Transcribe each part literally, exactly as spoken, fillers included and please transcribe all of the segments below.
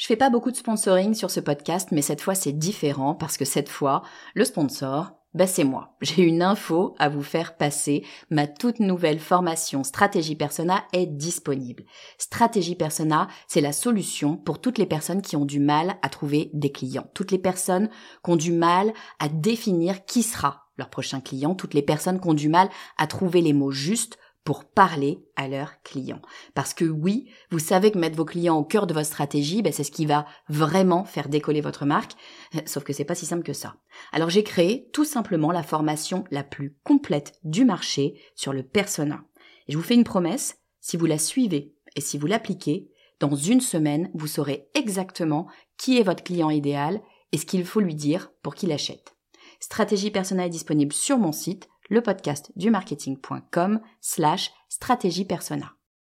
Je fais pas beaucoup de sponsoring sur ce podcast, mais cette fois c'est différent parce que cette fois, le sponsor, bah c'est moi. J'ai une info à vous faire passer. Ma toute nouvelle formation Stratégie Persona est disponible. Stratégie Persona, c'est la solution pour toutes les personnes qui ont du mal à trouver des clients. Toutes les personnes qui ont du mal à définir qui sera leur prochain client. Toutes les personnes qui ont du mal à trouver les mots justes pour parler à leurs clients. Parce que oui, vous savez que mettre vos clients au cœur de votre stratégie, ben c'est ce qui va vraiment faire décoller votre marque, sauf que c'est pas si simple que ça. Alors j'ai créé tout simplement la formation la plus complète du marché sur le persona. Et je vous fais une promesse, si vous la suivez et si vous l'appliquez, dans une semaine, vous saurez exactement qui est votre client idéal et ce qu'il faut lui dire pour qu'il achète. Stratégie Persona est disponible sur mon site, le podcast du marketing.com slash stratégie persona.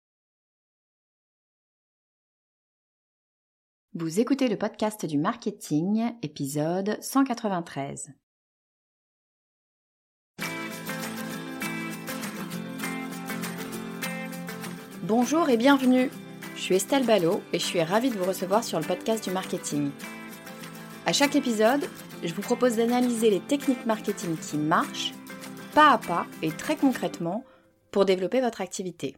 Vous écoutez le podcast du marketing, épisode cent quatre-vingt-treize. Bonjour et bienvenue. Je suis Estelle Ballot et je suis ravie de vous recevoir sur le podcast du marketing. À chaque épisode, je vous propose d'analyser les techniques marketing qui marchent pas à pas et très concrètement pour développer votre activité.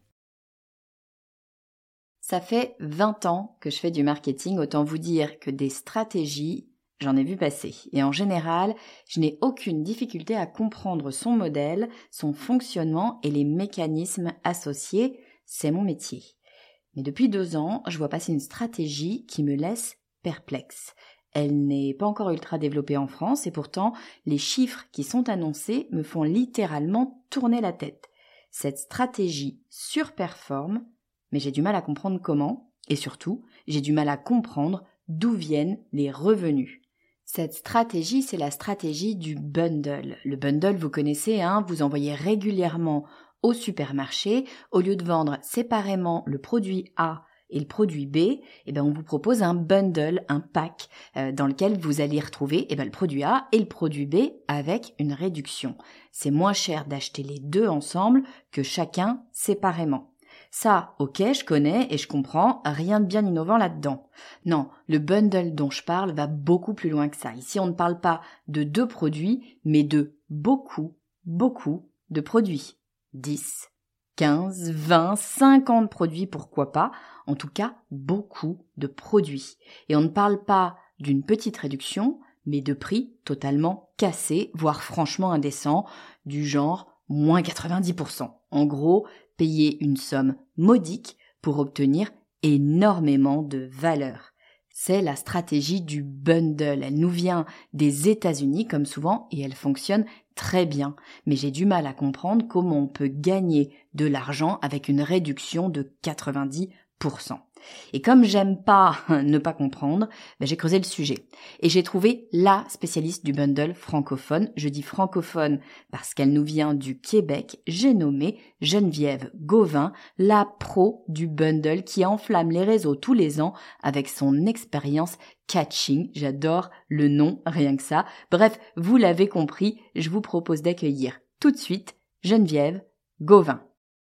Ça fait vingt ans que je fais du marketing, autant vous dire que des stratégies, j'en ai vu passer. Et en général, je n'ai aucune difficulté à comprendre son modèle, son fonctionnement et les mécanismes associés, c'est mon métier. Mais depuis deux ans, je vois passer une stratégie qui me laisse perplexe. Elle n'est pas encore ultra développée en France et pourtant, les chiffres qui sont annoncés me font littéralement tourner la tête. Cette stratégie surperforme, mais j'ai du mal à comprendre comment et surtout, j'ai du mal à comprendre d'où viennent les revenus. Cette stratégie, c'est la stratégie du bundle. Le bundle, vous connaissez, hein, vous envoyez régulièrement au supermarché, au lieu de vendre séparément le produit A et le produit B, eh ben on vous propose un bundle, un pack euh, dans lequel vous allez retrouver eh ben le produit A et le produit B avec une réduction. C'est moins cher d'acheter les deux ensemble que chacun séparément. Ça, ok, je connais et je comprends, rien de bien innovant là-dedans. Non, le bundle dont je parle va beaucoup plus loin que ça. Ici, on ne parle pas de deux produits, mais de beaucoup, beaucoup de produits. dix, quinze, vingt, cinquante produits, pourquoi pas, en tout cas beaucoup de produits. Et on ne parle pas d'une petite réduction, mais de prix totalement cassés, voire franchement indécents, du genre moins quatre-vingt-dix pour cent. En gros, payer une somme modique pour obtenir énormément de valeur. C'est la stratégie du bundle. Elle nous vient des États-Unis comme souvent et elle fonctionne très bien. Mais j'ai du mal à comprendre comment on peut gagner de l'argent avec une réduction de quatre-vingt-dix pour cent. Et comme j'aime pas ne pas comprendre, ben j'ai creusé le sujet. Et j'ai trouvé la spécialiste du bundle francophone. Je dis francophone parce qu'elle nous vient du Québec. J'ai nommé Geneviève Gauvin, la pro du bundle qui enflamme les réseaux tous les ans avec son expérience catching. J'adore le nom, rien que ça. Bref, vous l'avez compris, je vous propose d'accueillir tout de suite Geneviève Gauvin.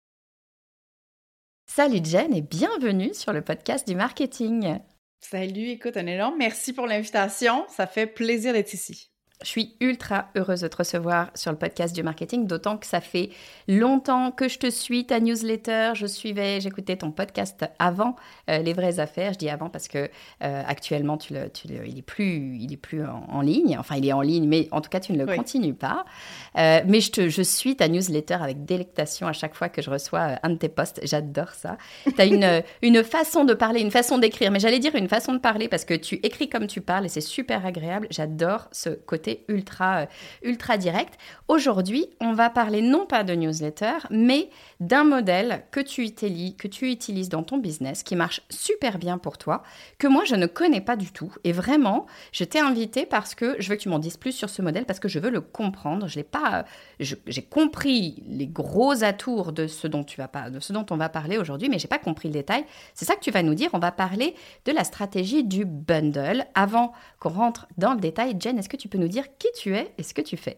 Salut Jen et bienvenue sur le podcast du marketing. Salut, écoute, un énorme merci pour l'invitation. Ça fait plaisir d'être ici. Je suis ultra heureuse de te recevoir sur le podcast du marketing, d'autant que ça fait longtemps que je te suis, ta newsletter, je suivais, j'écoutais ton podcast avant euh, Les Vraies Affaires. Je dis avant parce que euh, actuellement, tu le, tu le, il est plus, il est plus en, en ligne. Enfin, il est en ligne, mais en tout cas, tu ne le oui. continues pas. Euh, mais je, te, je suis ta newsletter avec délectation à chaque fois que je reçois un de tes posts. J'adore ça. Tu as une, une façon de parler, une façon d'écrire, mais j'allais dire une façon de parler parce que tu écris comme tu parles et c'est super agréable. J'adore ce côté ultra, euh, ultra direct. Aujourd'hui, on va parler non pas de newsletter, mais d'un modèle que tu utilises, que tu utilises dans ton business, qui marche super bien pour toi, que moi, je ne connais pas du tout. Et vraiment, je t'ai invité parce que je veux que tu m'en dises plus sur ce modèle, parce que je veux le comprendre. Je l'ai pas, je, j'ai compris les gros atours de ce dont tu vas pas, de ce dont on va parler aujourd'hui, mais j'ai pas compris le détail. C'est ça que tu vas nous dire. On va parler de la stratégie du bundle. Avant qu'on rentre dans le détail, Jen, est-ce que tu peux nous dire qui tu es et ce que tu fais?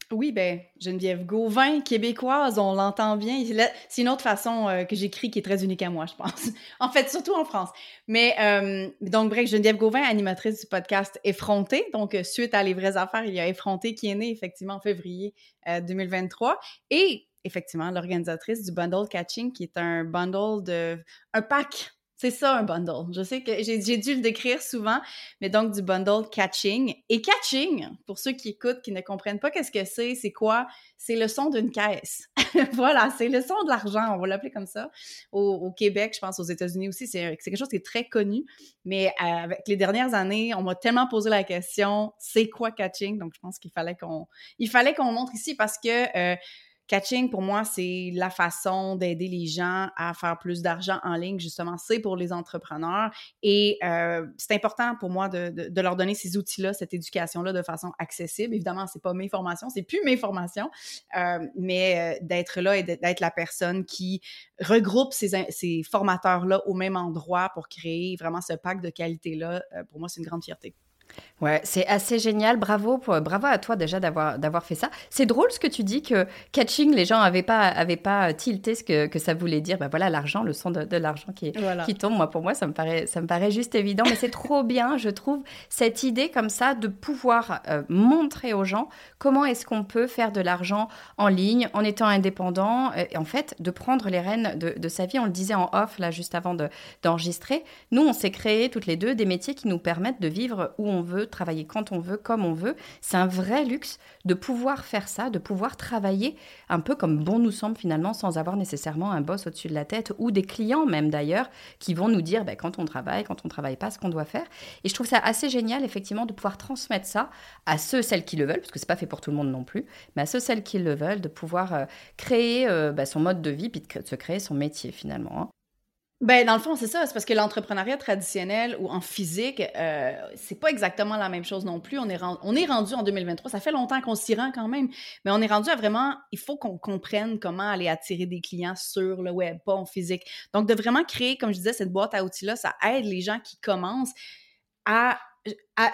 Oui, ben, Geneviève Gauvin, québécoise, on l'entend bien. Là, c'est une autre façon euh, que j'écris qui est très unique à moi, je pense. En fait, surtout en France. Mais euh, donc, bref, Geneviève Gauvin, animatrice du podcast Effronté. Donc, euh, suite à Les vraies affaires, il y a Effronté qui est né effectivement en février euh, deux mille vingt-trois. Et effectivement, l'organisatrice du Bundle Catching, qui est un bundle de... un pack. C'est ça, un bundle. Je sais que j'ai, j'ai dû le décrire souvent, mais donc du bundle catching. Et catching, pour ceux qui écoutent, qui ne comprennent pas qu'est-ce que c'est, c'est quoi? C'est le son d'une caisse. Voilà, c'est le son de l'argent, on va l'appeler comme ça. Au, au Québec, je pense aux États-Unis aussi, c'est, c'est quelque chose qui est très connu. Mais euh, avec les dernières années, on m'a tellement posé la question, c'est quoi catching? Donc, je pense qu'il fallait qu'on, il fallait qu'on montre ici parce que euh, catching, pour moi, c'est la façon d'aider les gens à faire plus d'argent en ligne. Justement, c'est pour les entrepreneurs. Et euh, c'est important pour moi de, de, de leur donner ces outils-là, cette éducation-là de façon accessible. Évidemment, c'est pas mes formations, c'est plus mes formations, euh, mais euh, d'être là et d'être la personne qui regroupe ces, ces formateurs-là au même endroit pour créer vraiment ce pack de qualité-là. Euh, pour moi, c'est une grande fierté. Ouais, c'est assez génial. Bravo, pour, bravo à toi déjà d'avoir, d'avoir fait ça. C'est drôle ce que tu dis que catching, les gens n'avaient pas, avaient pas tilté ce que, que ça voulait dire. Ben voilà, l'argent, le son de, de l'argent qui, Voilà. qui tombe. Moi, pour moi, ça me paraît, ça me paraît juste évident. Mais c'est trop bien, je trouve, cette idée comme ça de pouvoir euh, montrer aux gens comment est-ce qu'on peut faire de l'argent en ligne en étant indépendant. Euh, et en fait, de prendre les rênes de, de sa vie. On le disait en off, là, juste avant de, d'enregistrer. Nous, on s'est créé toutes les deux des métiers qui nous permettent de vivre où on veut, travailler quand on veut, comme on veut. C'est un vrai luxe de pouvoir faire ça, de pouvoir travailler un peu comme bon nous semble finalement, sans avoir nécessairement un boss au-dessus de la tête ou des clients même d'ailleurs qui vont nous dire ben, quand on travaille, quand on ne travaille pas, ce qu'on doit faire. Et je trouve ça assez génial effectivement de pouvoir transmettre ça à ceux, celles qui le veulent, parce que c'est pas fait pour tout le monde non plus, mais à ceux, celles qui le veulent, de pouvoir euh, créer euh, ben, son mode de vie puis de, de se créer son métier finalement. Hein. Ben, dans le fond, c'est ça. C'est parce que l'entrepreneuriat traditionnel ou en physique, euh, c'est pas exactement la même chose non plus. On est, rendu, on est rendu en deux mille vingt-trois. Ça fait longtemps qu'on s'y rend quand même. Mais on est rendu à vraiment, il faut qu'on comprenne comment aller attirer des clients sur le web, pas en physique. Donc, de vraiment créer, comme je disais, cette boîte à outils-là, ça aide les gens qui commencent à, à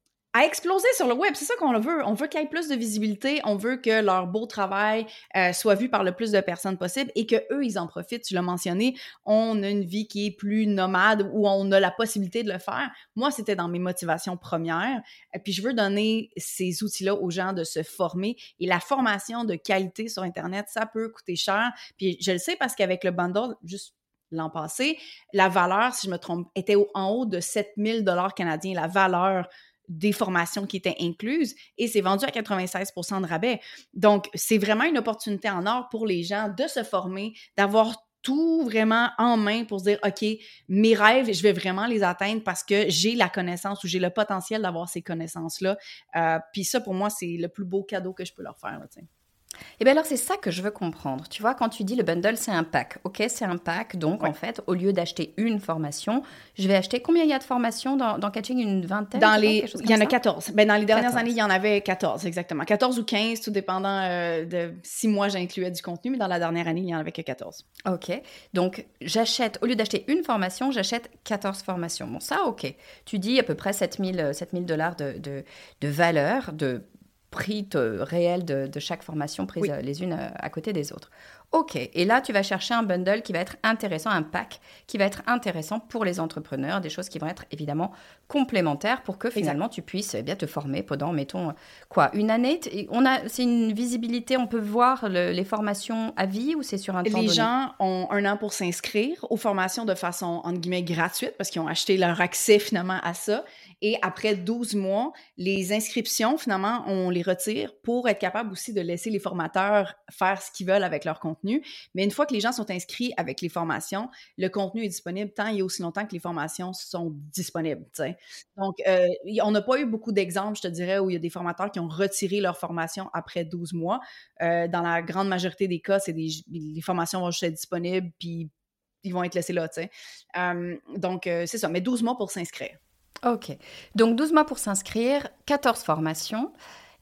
à exploser sur le web. C'est ça qu'on veut. On veut qu'il y ait plus de visibilité. On veut que leur beau travail euh, soit vu par le plus de personnes possible et qu'eux, ils en profitent. Tu l'as mentionné, on a une vie qui est plus nomade où on a la possibilité de le faire. Moi, c'était dans mes motivations premières. Et puis, je veux donner ces outils-là aux gens de se former. Et la formation de qualité sur Internet, ça peut coûter cher. Puis, je le sais parce qu'avec le bundle, juste l'an passé, la valeur, si je me trompe, était en haut de sept mille dollars canadiens. La valeur des formations qui étaient incluses et c'est vendu à quatre-vingt-seize pour cent de rabais. Donc, c'est vraiment une opportunité en or pour les gens de se former, d'avoir tout vraiment en main pour se dire, OK, mes rêves, je vais vraiment les atteindre parce que j'ai la connaissance ou j'ai le potentiel d'avoir ces connaissances-là. Euh, Puis ça, pour moi, c'est le plus beau cadeau que je peux leur faire. Là, Et bien alors, c'est ça que je veux comprendre. Tu vois, quand tu dis le bundle, c'est un pack. Ok, c'est un pack. Donc, ouais. En fait, au lieu d'acheter une formation, je vais acheter... Combien il y a de formations dans, dans Catching? Une vingtaine? Dans les... Il y en ça? a quatorze. Ben, dans les dernières quatorze. années, il y en avait quatorze, exactement. quatorze ou quinze, tout dépendant euh, de si moi j'incluais du contenu, mais dans la dernière année, il n'y en avait que quatorze. Ok. Donc, j'achète... Au lieu d'acheter une formation, j'achète quatorze formations. Bon, ça, ok. Tu dis à peu près sept mille dollars de, de, de valeur, de... prix réel de, de chaque formation prise oui. les unes à côté des autres. Ok, et là, tu vas chercher un bundle qui va être intéressant, un pack qui va être intéressant pour les entrepreneurs, des choses qui vont être évidemment complémentaires pour que finalement exact. Tu puisses eh bien, te former pendant, mettons, quoi, une année. On a, c'est une visibilité, on peut voir le, les formations à vie ou c'est sur un temps donné? Les gens ont un an pour s'inscrire aux formations de façon, entre guillemets, gratuite parce qu'ils ont acheté leur accès finalement à ça. Et après douze mois, les inscriptions, finalement, on les retire pour être capable aussi de laisser les formateurs faire ce qu'ils veulent avec leur contenu. Mais une fois que les gens sont inscrits avec les formations, le contenu est disponible tant et aussi longtemps que les formations sont disponibles. T'sais. Donc, euh, on n'a pas eu beaucoup d'exemples, je te dirais, où il y a des formateurs qui ont retiré leur formation après douze mois. Euh, dans la grande majorité des cas, c'est des, les formations vont juste être disponibles puis ils vont être laissés là. Euh, donc, euh, c'est ça. Mais douze mois pour s'inscrire. Ok. Donc, douze mois pour s'inscrire, quatorze formations.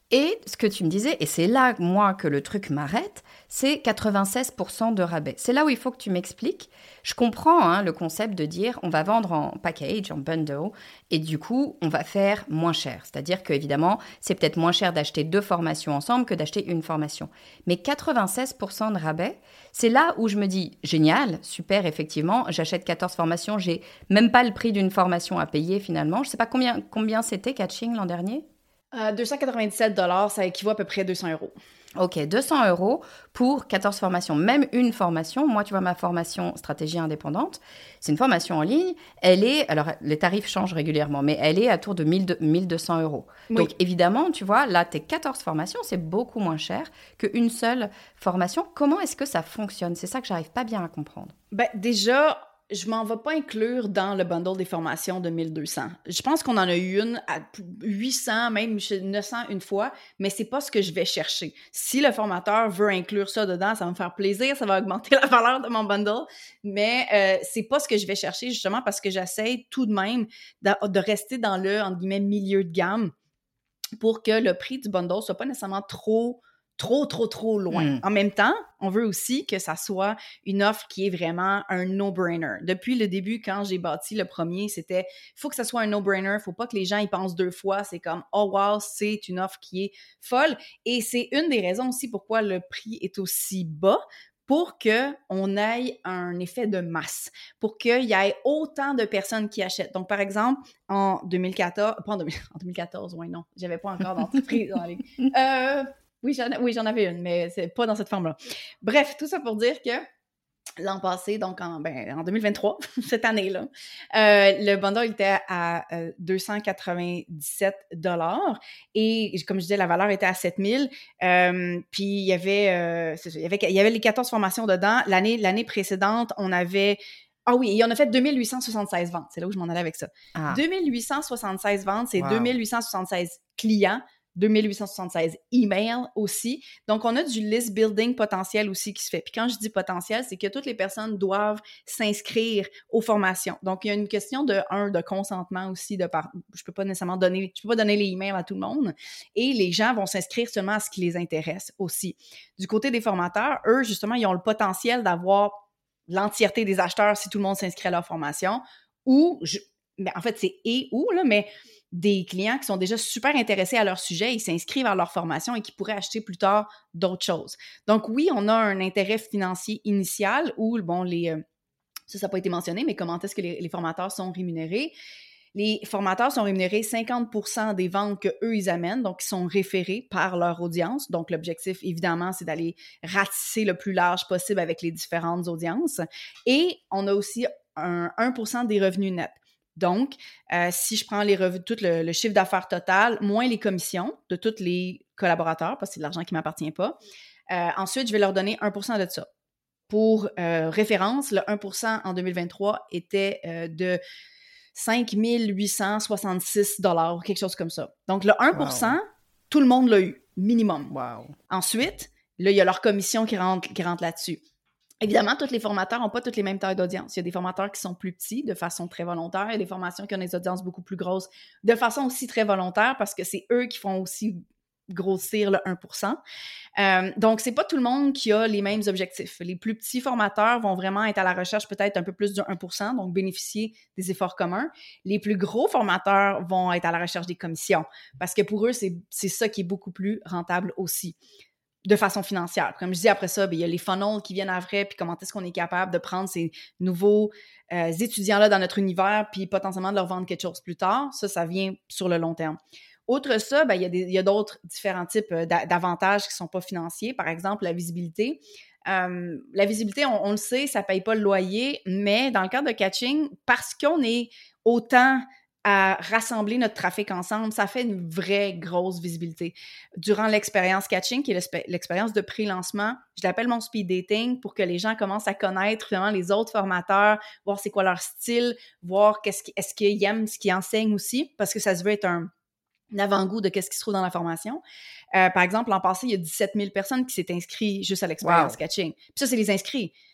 Et ce que tu me disais, et c'est là, moi, que le truc m'arrête, c'est quatre-vingt-seize pour cent de rabais. C'est là où il faut que tu m'expliques. Je comprends hein, le concept de dire on va vendre en package, en bundle, et du coup, on va faire moins cher. C'est-à-dire qu'évidemment, c'est peut-être moins cher d'acheter deux formations ensemble que d'acheter une formation. Mais quatre-vingt-seize pour cent de rabais, c'est là où je me dis génial, super, effectivement, j'achète quatorze formations, j'ai même pas le prix d'une formation à payer finalement. Je sais pas combien, combien c'était Catching l'an dernier? Euh, deux cent quatre-vingt-dix-sept dollars, ça équivaut à peu près à deux cents euros. Ok, deux cents euros pour quatorze formations, même une formation. Moi, tu vois, ma formation stratégie indépendante, c'est une formation en ligne. Elle est, alors les tarifs changent régulièrement, mais elle est à tour de mille deux cents euros. Oui. Donc évidemment, tu vois, là, tes quatorze formations, c'est beaucoup moins cher qu'une seule formation. Comment est-ce que ça fonctionne? C'est ça que j'arrive pas bien à comprendre. Ben, déjà, je m'en vais pas inclure dans le bundle des formations de mille deux cents. Je pense qu'on en a eu une à huit cents, même neuf cents une fois, mais c'est pas ce que je vais chercher. Si le formateur veut inclure ça dedans, ça va me faire plaisir, ça va augmenter la valeur de mon bundle, mais euh, c'est pas ce que je vais chercher justement parce que j'essaie tout de même de, de rester dans le, entre guillemets, milieu de gamme pour que le prix du bundle soit pas nécessairement trop trop, trop, trop loin. Mm. En même temps, on veut aussi que ça soit une offre qui est vraiment un no-brainer. Depuis le début, quand j'ai bâti le premier, c'était « il faut que ça soit un no-brainer, il faut pas que les gens y pensent deux fois. » C'est comme « oh wow, c'est une offre qui est folle. » Et c'est une des raisons aussi pourquoi le prix est aussi bas, pour qu'on ait un effet de masse, pour qu'il y ait autant de personnes qui achètent. Donc, par exemple, en deux mille quatorze, pas en, deux mille, en deux mille quatorze, oui, non, j'avais pas encore d'entreprise dans les... Euh, Oui, j'en, oui, j'en avais une, mais c'est pas dans cette forme-là. Bref, tout ça pour dire que l'an passé, donc en, ben, en deux mille vingt-trois, cette année-là, euh, le bundle était à euh, deux cent quatre-vingt-dix-sept dollars et comme je disais, la valeur était à sept mille. Euh, puis il y avait, euh, c'est ça, il y avait, il y avait les quatorze formations dedans. L'année, l'année précédente, on avait... Ah oui, et on a fait deux mille huit cent soixante-seize ventes. C'est là où je m'en allais avec ça. Ah. deux mille huit cent soixante-seize ventes, c'est wow. deux mille huit cent soixante-seize clients, deux mille huit cent soixante-seize emails aussi. Donc, on a du list building potentiel aussi qui se fait. Puis quand je dis potentiel, c'est que toutes les personnes doivent s'inscrire aux formations. Donc, il y a une question de, un, de consentement aussi. De par... Je peux pas nécessairement donner, je peux pas donner les emails à tout le monde. Et les gens vont s'inscrire seulement à ce qui les intéresse aussi. Du côté des formateurs, eux, justement, ils ont le potentiel d'avoir l'entièreté des acheteurs si tout le monde s'inscrit à leur formation. Ou, je... mais en fait, c'est et ou, là, mais des clients qui sont déjà super intéressés à leur sujet, ils s'inscrivent à leur formation et qui pourraient acheter plus tard d'autres choses. Donc oui, on a un intérêt financier initial où, bon, les, euh, ça, ça n'a pas été mentionné, mais comment est-ce que les, les formateurs sont rémunérés? Les formateurs sont rémunérés cinquante pour cent des ventes qu'eux, ils amènent, donc ils sont référés par leur audience. Donc, l'objectif, évidemment, c'est d'aller ratisser le plus large possible avec les différentes audiences. Et on a aussi un un pour cent des revenus nets. Donc, euh, si je prends les revenus, tout le, le chiffre d'affaires total, moins les commissions de tous les collaborateurs, parce que c'est de l'argent qui ne m'appartient pas, euh, ensuite, je vais leur donner un pour cent de ça. Pour euh, référence, le un pour cent en deux mille vingt-trois était euh, de cinq mille huit cent soixante-six dollars ou quelque chose comme ça. Donc, le un pour cent, wow. Tout le monde l'a eu, minimum. Wow. Ensuite, là, il y a leur commission qui rentre, qui rentre là-dessus. Évidemment, tous les formateurs n'ont pas toutes les mêmes tailles d'audience. Il y a des formateurs qui sont plus petits de façon très volontaire. Il y a des formations qui ont des audiences beaucoup plus grosses de façon aussi très volontaire parce que c'est eux qui font aussi grossir le un pour cent. Euh, donc, c'est pas tout le monde qui a les mêmes objectifs. Les plus petits formateurs vont vraiment être à la recherche peut-être un peu plus du un pour cent, donc bénéficier des efforts communs. Les plus gros formateurs vont être à la recherche des commissions parce que pour eux, c'est, c'est ça qui est beaucoup plus rentable aussi. De façon financière. Comme je dis, après ça, bien, il y a les funnels qui viennent à vrai, puis comment est-ce qu'on est capable de prendre ces nouveaux euh, étudiants-là dans notre univers, puis potentiellement de leur vendre quelque chose plus tard. Ça, ça vient sur le long terme. Outre ça, bien, il y a des, il y a d'autres différents types d'avantages qui ne sont pas financiers. Par exemple, la visibilité. Euh, la visibilité, on, on le sait, ça ne paye pas le loyer, mais dans le cadre de Catching, parce qu'on est autant à rassembler notre trafic ensemble, ça fait une vraie grosse visibilité. Durant l'expérience Catching, qui est l'expérience de pré-lancement, je l'appelle mon speed dating pour que les gens commencent à connaître vraiment les autres formateurs, voir c'est quoi leur style, voir qu'est-ce qu'ils, est-ce qu'ils aiment, ce qu'ils enseignent aussi, parce que ça se veut être un, un avant-goût de qu'est-ce qui se trouve dans la formation. Euh, par exemple, l'an passé, il y a dix-sept mille personnes qui s'est inscrites juste à l'expérience wow. Catching. Puis ça, c'est les inscrits.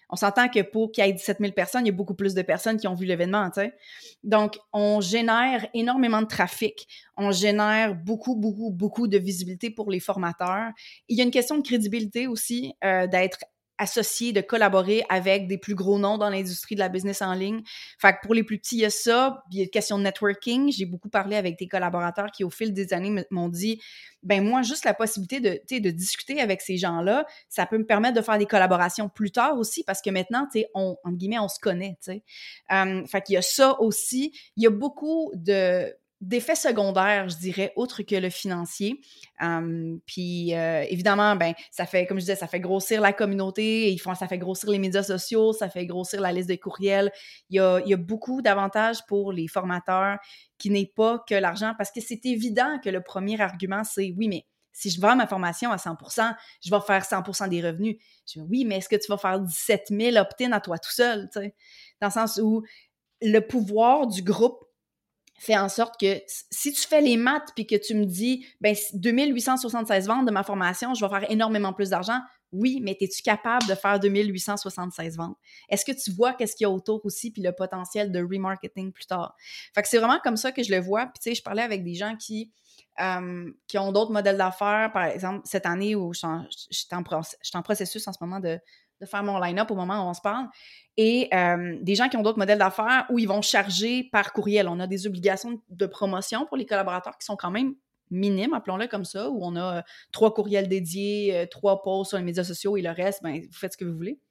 On s'entend que pour qu'il y ait dix-sept mille personnes, il y a beaucoup plus de personnes qui ont vu l'événement, tu sais. Donc, on génère énormément de trafic. On génère beaucoup, beaucoup, beaucoup de visibilité pour les formateurs. Il y a une question de crédibilité aussi, euh, d'être associé, de collaborer avec des plus gros noms dans l'industrie de la business en ligne. Fait que pour les plus petits, il y a ça. Il y a une question de networking. J'ai beaucoup parlé avec des collaborateurs qui, au fil des années, m'ont dit, ben moi, juste la possibilité de, tu sais, de discuter avec ces gens-là, ça peut me permettre de faire des collaborations plus tard aussi, parce que maintenant, tu sais, on, entre guillemets, on se connaît, tu sais. Um, fait qu'il y a ça aussi. Il y a beaucoup de d'effets secondaires, je dirais, autres que le financier. Um, puis, euh, évidemment, ben, ça fait, comme je disais, ça fait grossir la communauté, ils font, ça fait grossir les médias sociaux, ça fait grossir la liste de courriels. Il y a, il y a beaucoup d'avantages pour les formateurs qui n'est pas que l'argent, parce que c'est évident que le premier argument, c'est oui, mais si je vends ma formation à cent pour cent, je vais faire cent pour cent des revenus. Je dis oui, mais est-ce que tu vas faire dix-sept mille opt-in à toi tout seul, tu sais? Dans le sens où le pouvoir du groupe fait en sorte que si tu fais les maths puis que tu me dis, ben deux mille huit cent soixante-seize ventes de ma formation, je vais faire énormément plus d'argent. Oui, mais es-tu capable de faire deux mille huit cent soixante-seize ventes? Est-ce que tu vois qu'est-ce qu'il y a autour aussi puis le potentiel de remarketing plus tard? Fait que c'est vraiment comme ça que je le vois. Puis tu sais, je parlais avec des gens qui, euh, qui ont d'autres modèles d'affaires. Par exemple, cette année où je suis en, je suis en, je suis en processus en ce moment de, de faire mon line-up au moment où on se parle. Et euh, des gens qui ont d'autres modèles d'affaires où ils vont charger par courriel. On a des obligations de promotion pour les collaborateurs qui sont quand même minimes, appelons-le comme ça, où on a euh, trois courriels dédiés, euh, trois posts sur les médias sociaux et le reste, ben, vous faites ce que vous voulez.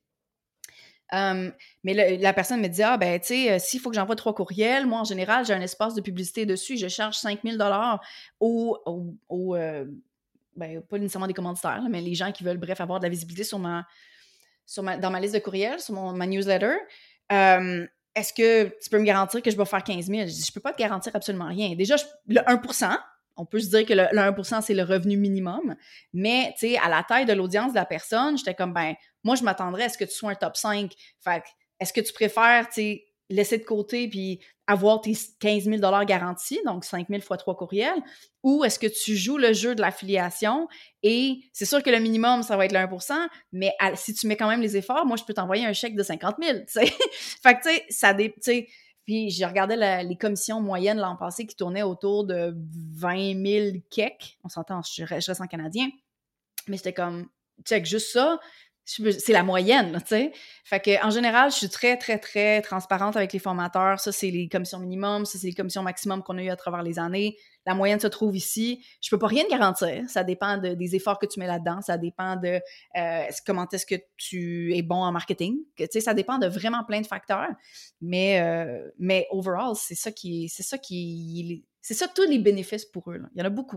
Um, mais le, la personne me dit, ah, ben, tu sais, euh, s'il faut que j'envoie trois courriels, moi, en général, j'ai un espace de publicité dessus, je charge cinq mille dollars aux, aux, aux euh, ben, pas nécessairement des commanditaires, là, mais les gens qui veulent, bref, avoir de la visibilité sur ma, sur ma, dans ma liste de courriels, sur mon, ma newsletter. Um, est-ce que tu peux me garantir que je vais faire quinze mille? Je dis, je peux pas te garantir absolument rien. Déjà, je, le un pour cent, on peut se dire que le, le un pour cent, c'est le revenu minimum, mais, tu sais, à la taille de l'audience de la personne, j'étais comme, ben, moi, je m'attendrais à ce que tu sois un top cinq. Fait que, est-ce que tu préfères, tu sais, laisser de côté puis avoir tes quinze mille dollars garantis, donc cinq mille fois trois courriels, ou est-ce que tu joues le jeu de l'affiliation et c'est sûr que le minimum, ça va être le un pour cent, mais à, si tu mets quand même les efforts, moi, je peux t'envoyer un chèque de cinquante mille, tu sais. Fait que, tu sais, ça dé... Tu sais, puis j'ai regardé la, les commissions moyennes l'an passé qui tournaient autour de vingt mille kek. On s'entend, je, je reste en canadien. Mais c'était comme, check juste ça, c'est la moyenne, tu sais. Fait que en général, je suis très, très, très transparente avec les formateurs. Ça, c'est les commissions minimum, ça, c'est les commissions maximum qu'on a eues à travers les années. La moyenne se trouve ici. Je peux pas rien te garantir. Ça dépend de, des efforts que tu mets là-dedans. Ça dépend de euh, comment est-ce que tu es bon en marketing. Tu sais, ça dépend de vraiment plein de facteurs. Mais, euh, mais overall, c'est ça qui, c'est ça qui, c'est ça tous les bénéfices pour eux, là. Il y en a beaucoup.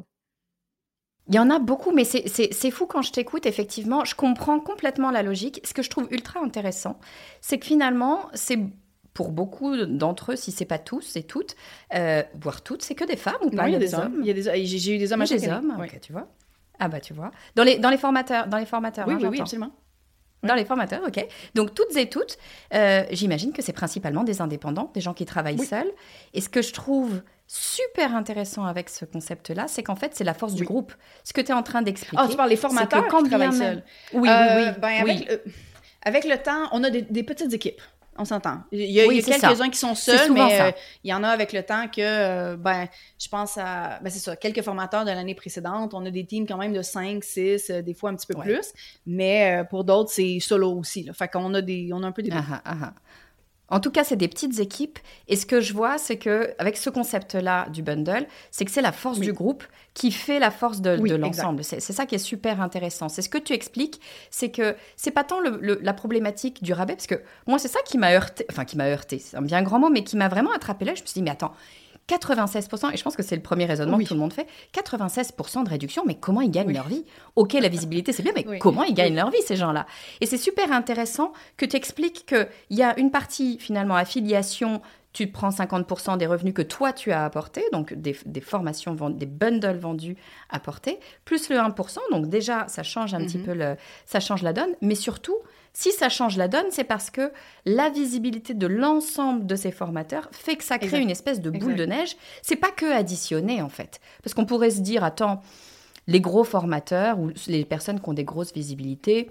Il y en a beaucoup, mais c'est, c'est, c'est fou quand je t'écoute, effectivement, je comprends complètement la logique. Ce que je trouve ultra intéressant, c'est que finalement, c'est pour beaucoup d'entre eux, si c'est pas tous et toutes, euh, voire toutes, c'est que des femmes ou pas? Non, il y a des, des hommes. Il y a des, j'ai, j'ai eu des hommes à chaque des année. hommes, Oui. Ok, tu vois. Ah bah tu vois. Dans les, dans les formateurs, dans les formateurs. Oui, hein, oui, oui, absolument. Dans les formateurs, ok. Donc, toutes et toutes, euh, j'imagine que c'est principalement des indépendants, des gens qui travaillent oui. seuls. Et ce que je trouve super intéressant avec ce concept-là, c'est qu'en fait, c'est la force oui. du groupe. Ce que tu es en train d'expliquer. Ah, tu parles des formateurs qui travaillent même... seuls. Oui, euh, oui, oui. Ben, avec, oui. Le, avec le temps, on a des, des petites équipes. On s'entend. Il y a, oui, il y a quelques-uns ça. qui sont seuls, mais euh, il y en a avec le temps que, euh, ben, je pense à, ben c'est ça, quelques formateurs de l'année précédente. On a des teams quand même de cinq, six, euh, des fois un petit peu ouais. plus. Mais euh, pour d'autres, c'est solo aussi, là. Fait qu'on a des, on a un peu des deux. Ah, ah, ah. En tout cas, c'est des petites équipes. Et ce que je vois, c'est qu'avec ce concept-là du bundle, c'est que c'est la force oui. du groupe qui fait la force de, oui, de l'ensemble. C'est, c'est ça qui est super intéressant. C'est ce que tu expliques, c'est que c'est pas tant le, le, la problématique du rabais, parce que moi, c'est ça qui m'a heurté, enfin qui m'a heurté, c'est un bien grand mot, mais qui m'a vraiment attrapé là. Je me suis dit, mais attends, quatre-vingt-seize pour cent, et je pense que c'est le premier raisonnement oui. que tout le monde fait, quatre-vingt-seize pour cent de réduction, mais comment ils gagnent oui. leur vie? Ok, la visibilité, c'est bien, mais oui. comment ils gagnent oui. leur vie, ces gens-là? Et c'est super intéressant que tu expliques qu'il y a une partie, finalement, affiliation, tu prends cinquante pour cent des revenus que toi, tu as apportés, donc des, des formations, des bundles vendus apportés, plus le un pour cent, donc déjà, ça change un mm-hmm. petit peu, le, ça change la donne, mais surtout, si ça change la donne, c'est parce que la visibilité de l'ensemble de ces formateurs fait que ça crée exact. Une espèce de boule exact. De neige. C'est pas que additionner, en fait. Parce qu'on pourrait se dire, attends, les gros formateurs ou les personnes qui ont des grosses visibilités,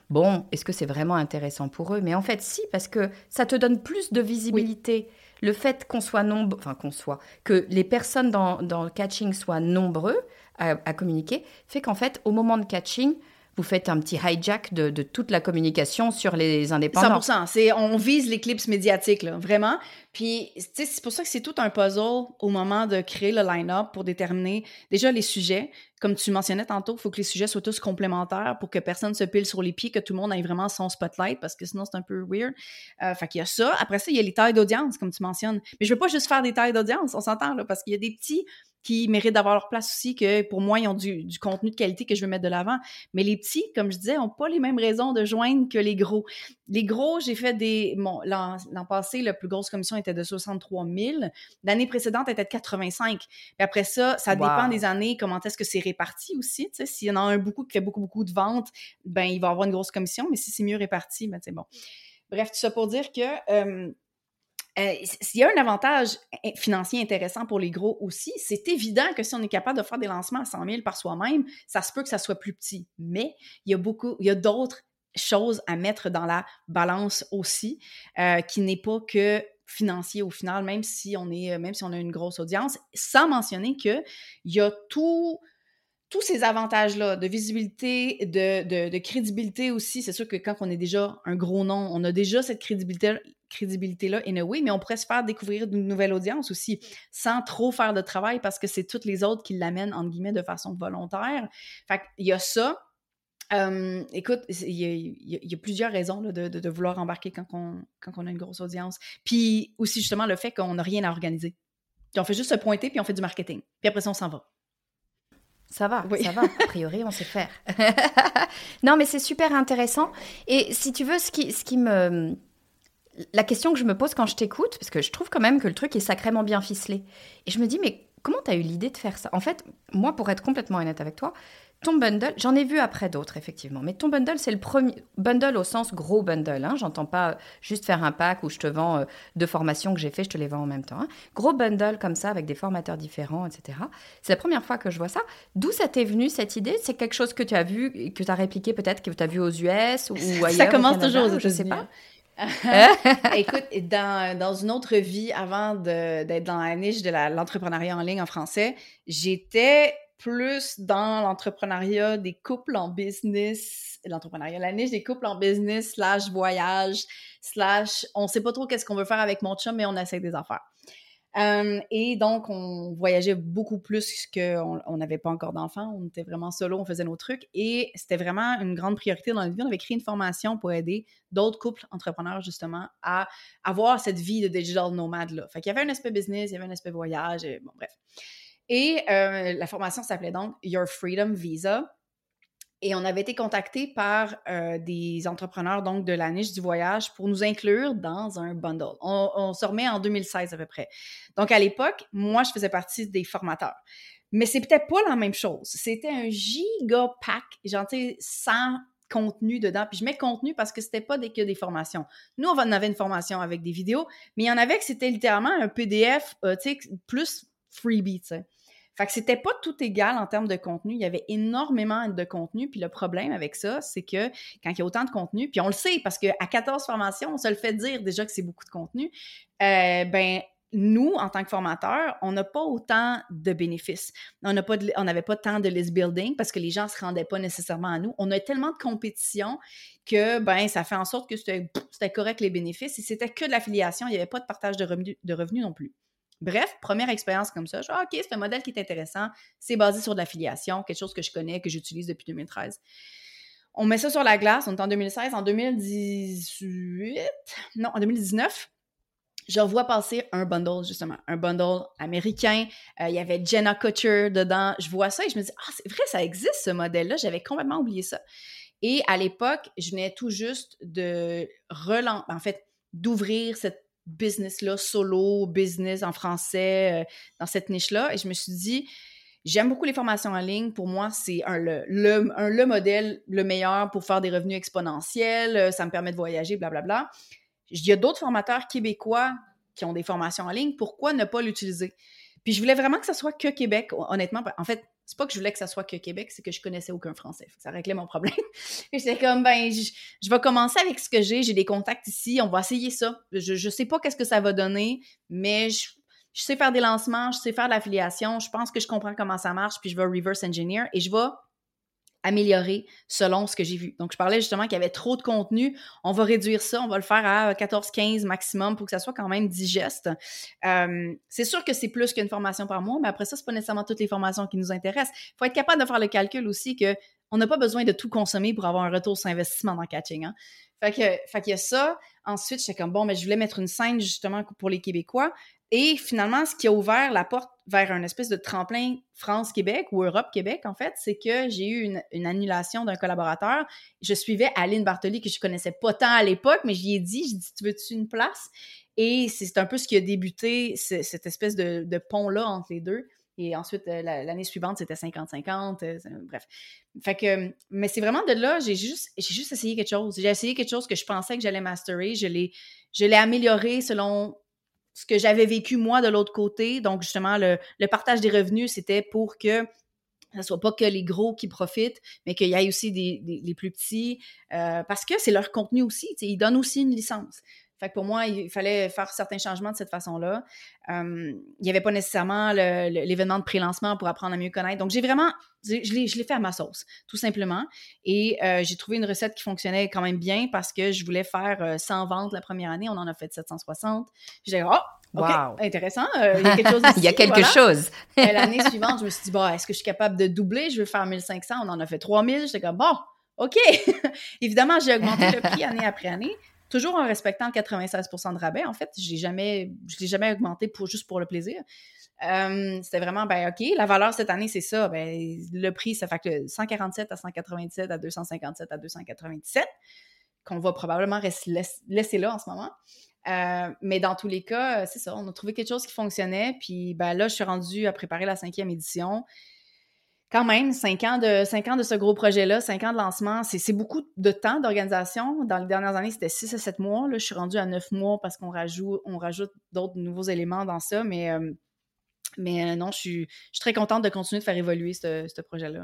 bon, est-ce que c'est vraiment intéressant pour eux? Mais en fait, si, parce que ça te donne plus de visibilité. Oui. Le fait qu'on soit nombreux, enfin qu'on soit, que les personnes dans, dans le catching soient nombreux à, à communiquer, fait qu'en fait, au moment de catching, vous faites un petit hijack de, de toute la communication sur les indépendants. cent pour cent. C'est, on vise l'éclipse médiatique, là, vraiment. Puis, tu sais, c'est pour ça que c'est tout un puzzle au moment de créer le line-up pour déterminer déjà les sujets. Comme tu mentionnais tantôt, il faut que les sujets soient tous complémentaires pour que personne se pile sur les pieds, que tout le monde ait vraiment son spotlight, parce que sinon, c'est un peu weird. Euh, fait qu'il y a ça. Après ça, il y a les tailles d'audience, comme tu mentionnes. Mais je veux pas juste faire des tailles d'audience, on s'entend, là, parce qu'il y a des petits qui méritent d'avoir leur place aussi, que pour moi, ils ont du, du contenu de qualité que je veux mettre de l'avant. Mais les petits, comme je disais, n'ont pas les mêmes raisons de joindre que les gros. Les gros, j'ai fait des... Bon, l'an, l'an passé, la plus grosse commission était de soixante-trois mille. L'année précédente, elle était de quatre-vingt-cinq. Puis après ça, ça wow. dépend des années, comment est-ce que c'est réparti aussi. Tu sais, s'il y en a un beaucoup qui fait beaucoup, beaucoup de ventes, ben il va avoir une grosse commission. Mais si c'est mieux réparti, ben c'est bon. Bref, tout ça pour dire que... Euh, Euh, s'il y a un avantage financier intéressant pour les gros aussi, c'est évident que si on est capable de faire des lancements à cent mille par soi-même, ça se peut que ça soit plus petit. Mais il y a beaucoup, il y a d'autres choses à mettre dans la balance aussi, euh, qui n'est pas que financier au final, même si on est, même si on a une grosse audience, sans mentionner que il y a tout... Tous ces avantages-là de visibilité, de, de, de crédibilité aussi, c'est sûr que quand on est déjà un gros nom, on a déjà cette crédibilité, crédibilité-là in a way, mais on pourrait se faire découvrir d'une nouvelle audience aussi, sans trop faire de travail, parce que c'est toutes les autres qui l'amènent, entre guillemets, de façon volontaire. Fait qu'il y a ça. Euh, écoute, il y, a, il y a plusieurs raisons là, de, de, de vouloir embarquer quand on, quand on a une grosse audience. Puis aussi, justement, le fait qu'on n'a rien à organiser. Puis on fait juste se pointer, puis on fait du marketing. Puis après ça, on s'en va. Ça va, oui. ça va. A priori, on sait faire. Non, mais c'est super intéressant. Et si tu veux, ce qui, ce qui me... La question que je me pose quand je t'écoute, parce que je trouve quand même que le truc est sacrément bien ficelé. Et je me dis, mais comment tu as eu l'idée de faire ça? En fait, moi, pour être complètement honnête avec toi, ton bundle, j'en ai vu après d'autres, effectivement. Mais ton bundle, c'est le premier... Bundle au sens gros bundle. Hein. J'entends pas juste faire un pack où je te vends euh, deux formations que j'ai fait, je te les vends en même temps. Hein. Gros bundle comme ça, avec des formateurs différents, et cetera. C'est la première fois que je vois ça. D'où ça t'est venu, cette idée? C'est quelque chose que tu as vu, que tu as répliqué peut-être, que tu as vu aux U S ou, ou ailleurs? Ça commence au Canada, toujours aux je sais pas. Écoute, dans, dans une autre vie, avant de, d'être dans la niche de la, l'entrepreneuriat en ligne en français, j'étais plus dans l'entrepreneuriat des couples en business, l'entrepreneuriat, la niche des couples en business, slash voyage, slash on sait pas trop qu'est-ce qu'on veut faire avec mon chum, mais on essaie des affaires. Euh, et donc, on voyageait beaucoup plus qu'on n'avait pas encore d'enfants. On était vraiment solo, on faisait nos trucs. Et c'était vraiment une grande priorité dans notre vie. On avait créé une formation pour aider d'autres couples entrepreneurs, justement, à avoir cette vie de digital nomade-là. Fait qu'il y avait un aspect business, il y avait un aspect voyage, et bon, bref. Et euh, la formation s'appelait donc Your Freedom Visa. Et on avait été contactés par euh, des entrepreneurs donc de la niche du voyage pour nous inclure dans un bundle. On, on se remet en deux mille seize à peu près. Donc, à l'époque, moi, je faisais partie des formateurs. Mais c'est peut-être pas la même chose. C'était un giga pack, genre, tu sais, sans contenu dedans. Puis je mets contenu parce que c'était pas des, que des formations. Nous, on avait une formation avec des vidéos, mais il y en avait que c'était littéralement un P D F, euh, tu sais, plus freebie, tu sais. Fait que c'était pas tout égal en termes de contenu. Il y avait énormément de contenu. Puis le problème avec ça, c'est que quand il y a autant de contenu, puis on le sait parce qu'à quatorze formations, on se le fait dire déjà que c'est beaucoup de contenu, euh, ben nous, en tant que formateurs, on n'a pas autant de bénéfices. On n'a pas de, on n'avait pas tant de list building parce que les gens ne se rendaient pas nécessairement à nous. On a tellement de compétition que ben ça fait en sorte que c'était, c'était correct les bénéfices. Et c'était que de l'affiliation. Il n'y avait pas de partage de revenus, de revenus non plus. Bref, première expérience comme ça, je dis, ah, OK, c'est un modèle qui est intéressant, c'est basé sur de l'affiliation, quelque chose que je connais, que j'utilise depuis deux mille treize. On met ça sur la glace, on est en deux mille seize, en deux mille dix-huit, non, en deux mille dix-neuf, je revois passer un bundle, justement, un bundle américain, euh, il y avait Jenna Kutcher dedans, je vois ça et je me dis, ah, c'est vrai, ça existe ce modèle-là, j'avais complètement oublié ça. Et à l'époque, je venais tout juste de relancer, en fait, d'ouvrir cette business-là, solo, business en français, euh, dans cette niche-là. Et je me suis dit, j'aime beaucoup les formations en ligne. Pour moi, c'est un, le, le, un, le modèle le meilleur pour faire des revenus exponentiels. Ça me permet de voyager, blablabla. Il y a d'autres formateurs québécois qui ont des formations en ligne. Pourquoi ne pas l'utiliser? Puis je voulais vraiment que ce soit que Québec, honnêtement. En fait, c'est pas que je voulais que ça soit que Québec, c'est que je connaissais aucun français. Ça réglait mon problème. Et j'étais comme, ben, je, je vais commencer avec ce que j'ai. J'ai des contacts ici. On va essayer ça. Je, je sais pas qu'est-ce que ça va donner, mais je, je sais faire des lancements, je sais faire de l'affiliation. Je pense que je comprends comment ça marche, puis je vais reverse engineer et je vais améliorer selon ce que j'ai vu. Donc, je parlais justement qu'il y avait trop de contenu. On va réduire ça. On va le faire à quatorze quinze maximum pour que ça soit quand même digeste. Euh, c'est sûr que c'est plus qu'une formation par mois, mais après ça, c'est pas nécessairement toutes les formations qui nous intéressent. Il faut être capable de faire le calcul aussi que on n'a pas besoin de tout consommer pour avoir un retour sur investissement dans le catching. Hein? Fait que, fait qu'il y a ça. Ensuite, j'étais comme, bon, mais je voulais mettre une scène justement pour les Québécois. Et finalement, ce qui a ouvert la porte vers un espèce de tremplin France-Québec ou Europe-Québec, en fait, c'est que j'ai eu une, une annulation d'un collaborateur. Je suivais Aline Bartoli, que je connaissais pas tant à l'époque, mais je lui ai dit, j'ai dit, tu veux-tu une place? Et c'est un peu ce qui a débuté, cette espèce de, de pont-là entre les deux. Et ensuite, l'année suivante, c'était cinquante cinquante. Euh, bref. Fait que, mais c'est vraiment de là, j'ai juste, j'ai juste essayé quelque chose. J'ai essayé quelque chose que je pensais que j'allais masterer. Je l'ai, je l'ai amélioré selon ce que j'avais vécu, moi, de l'autre côté. Donc, justement, le, le partage des revenus, c'était pour que ce ne soit pas que les gros qui profitent, mais qu'il y ait aussi des, des, les plus petits, euh, parce que c'est leur contenu aussi. Ils donnent aussi une licence. Fait que pour moi, il fallait faire certains changements de cette façon-là. Euh, il n'y avait pas nécessairement le, le, l'événement de pré-lancement pour apprendre à mieux connaître. Donc, j'ai vraiment, je l'ai, je l'ai fait à ma sauce, tout simplement. Et euh, j'ai trouvé une recette qui fonctionnait quand même bien parce que je voulais faire euh, cent ventes la première année. On en a fait sept cent soixante. Puis j'ai dit, oh, OK, wow. Intéressant. Euh, il y a quelque chose ici, il y a quelque voilà. chose. Et l'année suivante, je me suis dit, bon, est-ce que je suis capable de doubler? Je veux faire mille cinq cents. On en a fait trois mille. J'étais comme, bon, OK. Évidemment, j'ai augmenté le prix année après année. Toujours en respectant le quatre-vingt-seize pour cent de rabais, en fait. J'ai jamais, je ne l'ai jamais augmenté pour, juste pour le plaisir. Euh, c'était vraiment, ben OK, la valeur cette année, c'est ça. Ben, le prix, ça fait que cent quarante-sept à cent quatre-vingt-dix-sept à deux cent cinquante-sept à deux cent quatre-vingt-dix-sept, qu'on va probablement rester, laisser là en ce moment. Euh, mais dans tous les cas, c'est ça. On a trouvé quelque chose qui fonctionnait. Puis ben, là, je suis rendue à préparer la cinquième édition. Quand même, cinq ans de, cinq ans de ce gros projet-là, cinq ans de lancement, c'est, c'est beaucoup de temps d'organisation. Dans les dernières années, c'était six à sept mois. Là, je suis rendue à neuf mois parce qu'on rajoute, on rajoute d'autres nouveaux éléments dans ça. Mais, euh, mais euh, non, je suis, je suis très contente de continuer de faire évoluer ce, ce projet-là. Là.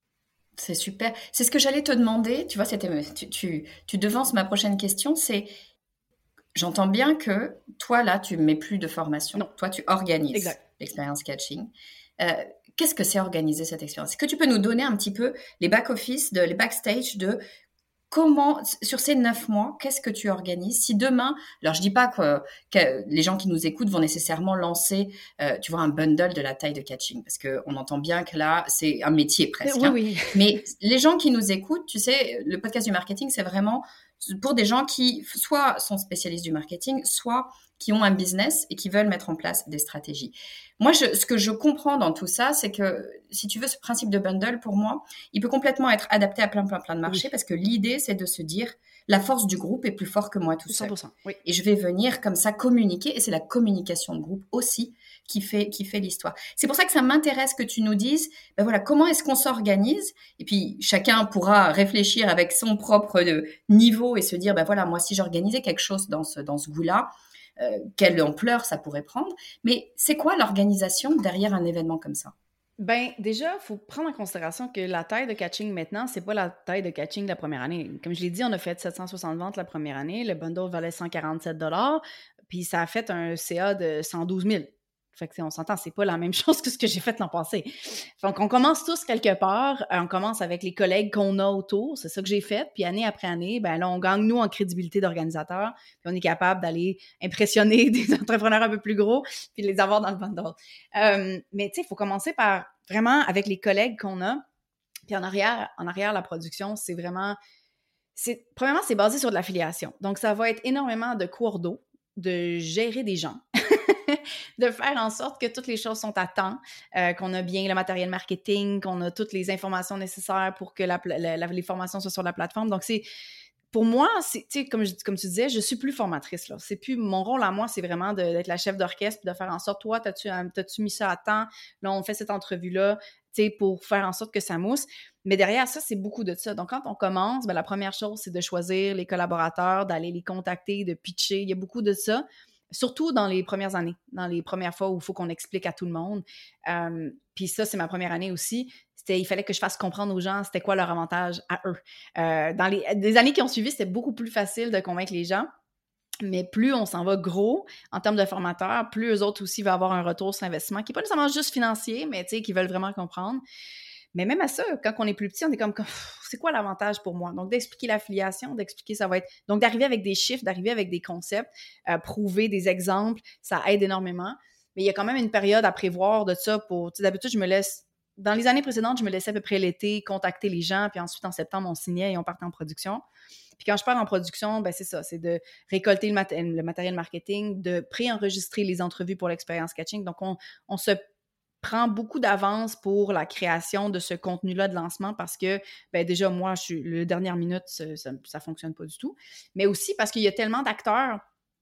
C'est super. C'est ce que j'allais te demander. Tu vois, c'était, tu, tu, tu devances ma prochaine question. C'est, j'entends bien que toi, là, tu ne mets plus de formation. Non. Toi, tu organises exact. l'expérience catching. Euh, Qu'est-ce que c'est organiser cette expérience? Est-ce que tu peux nous donner un petit peu les back-office, de, les backstage de comment, sur ces neuf mois, qu'est-ce que tu organises? Si demain, alors je dis pas que, que les gens qui nous écoutent vont nécessairement lancer, euh, tu vois, un bundle de la taille de catching, parce qu'on entend bien que là, c'est un métier presque. Oui, hein. oui. Mais les gens qui nous écoutent, tu sais, le podcast du marketing, c'est vraiment pour des gens qui soit sont spécialistes du marketing, soit qui ont un business et qui veulent mettre en place des stratégies. Moi, je, ce que je comprends dans tout ça, c'est que, si tu veux, ce principe de bundle, pour moi, il peut complètement être adapté à plein, plein, plein de marchés, oui. Parce que l'idée, c'est de se dire, la force du groupe est plus forte que moi tout seul. cent pour cent, oui. Et je vais venir comme ça communiquer, et c'est la communication de groupe aussi qui fait, qui fait l'histoire. C'est pour ça que ça m'intéresse que tu nous dises, ben voilà, comment est-ce qu'on s'organise? Et puis, chacun pourra réfléchir avec son propre niveau et se dire, ben voilà, moi, si j'organisais quelque chose dans ce, dans ce goût-là, Euh, quelle ampleur ça pourrait prendre, mais c'est quoi l'organisation derrière un événement comme ça? Ben déjà, il faut prendre en considération que la taille de catching maintenant, c'est pas la taille de catching de la première année. Comme je l'ai dit, on a fait sept cent soixante ventes la première année, le bundle valait cent quarante-sept dollars, puis ça a fait un C A de cent douze mille. Fait que, on s'entend, c'est pas la même chose que ce que j'ai fait l'an passé. Donc, on commence tous quelque part. On commence avec les collègues qu'on a autour. C'est ça que j'ai fait. Puis, année après année, ben là, on gagne, nous, en crédibilité d'organisateur. Puis, on est capable d'aller impressionner des entrepreneurs un peu plus gros puis de les avoir dans le bundle. Euh, mais, tu sais, il faut commencer par vraiment avec les collègues qu'on a. Puis, en arrière, en arrière, la production, c'est vraiment... C'est, premièrement, c'est basé sur de l'affiliation. Donc, ça va être énormément de cours d'eau, de gérer des gens, de faire en sorte que toutes les choses sont à temps, euh, qu'on a bien le matériel marketing, qu'on a toutes les informations nécessaires pour que la, la, la, les formations soient sur la plateforme. Donc, c'est pour moi, c'est, comme, je, comme tu disais, je suis plus formatrice. Là. C'est plus, mon rôle à moi, c'est vraiment de, d'être la chef d'orchestre et de faire en sorte, toi, t'as-tu, t'as-tu mis ça à temps? Là, on fait cette entrevue-là pour faire en sorte que ça mousse. Mais derrière ça, c'est beaucoup de ça. Donc, quand on commence, ben, la première chose, c'est de choisir les collaborateurs, d'aller les contacter, de pitcher. Il y a beaucoup de ça. Surtout dans les premières années, dans les premières fois où il faut qu'on explique à tout le monde. Euh, puis ça, c'est ma première année aussi. C'était, il fallait que je fasse comprendre aux gens c'était quoi leur avantage à eux. Euh, dans les, les années qui ont suivi, c'était beaucoup plus facile de convaincre les gens. Mais plus on s'en va gros en termes de formateurs, plus eux autres aussi vont avoir un retour sur investissement qui n'est pas nécessairement juste financier, mais qui veulent vraiment comprendre. Mais même à ça, quand on est plus petit, on est comme, c'est quoi l'avantage pour moi? Donc, d'expliquer l'affiliation, d'expliquer ça va être... Donc, d'arriver avec des chiffres, d'arriver avec des concepts, euh, prouver des exemples, ça aide énormément. Mais il y a quand même une période à prévoir de ça pour... Tu sais, d'habitude, je me laisse... Dans les années précédentes, je me laissais à peu près l'été contacter les gens, puis ensuite, en septembre, on signait et on partait en production. Puis quand je pars en production, ben c'est ça, c'est de récolter le, mat- le matériel marketing, de pré-enregistrer les entrevues pour l'expérience catching. Donc, on, on se prend beaucoup d'avance pour la création de ce contenu-là de lancement parce que, ben déjà, moi, je suis le dernière minute, ça ne fonctionne pas du tout. Mais aussi parce qu'il y a tellement d'acteurs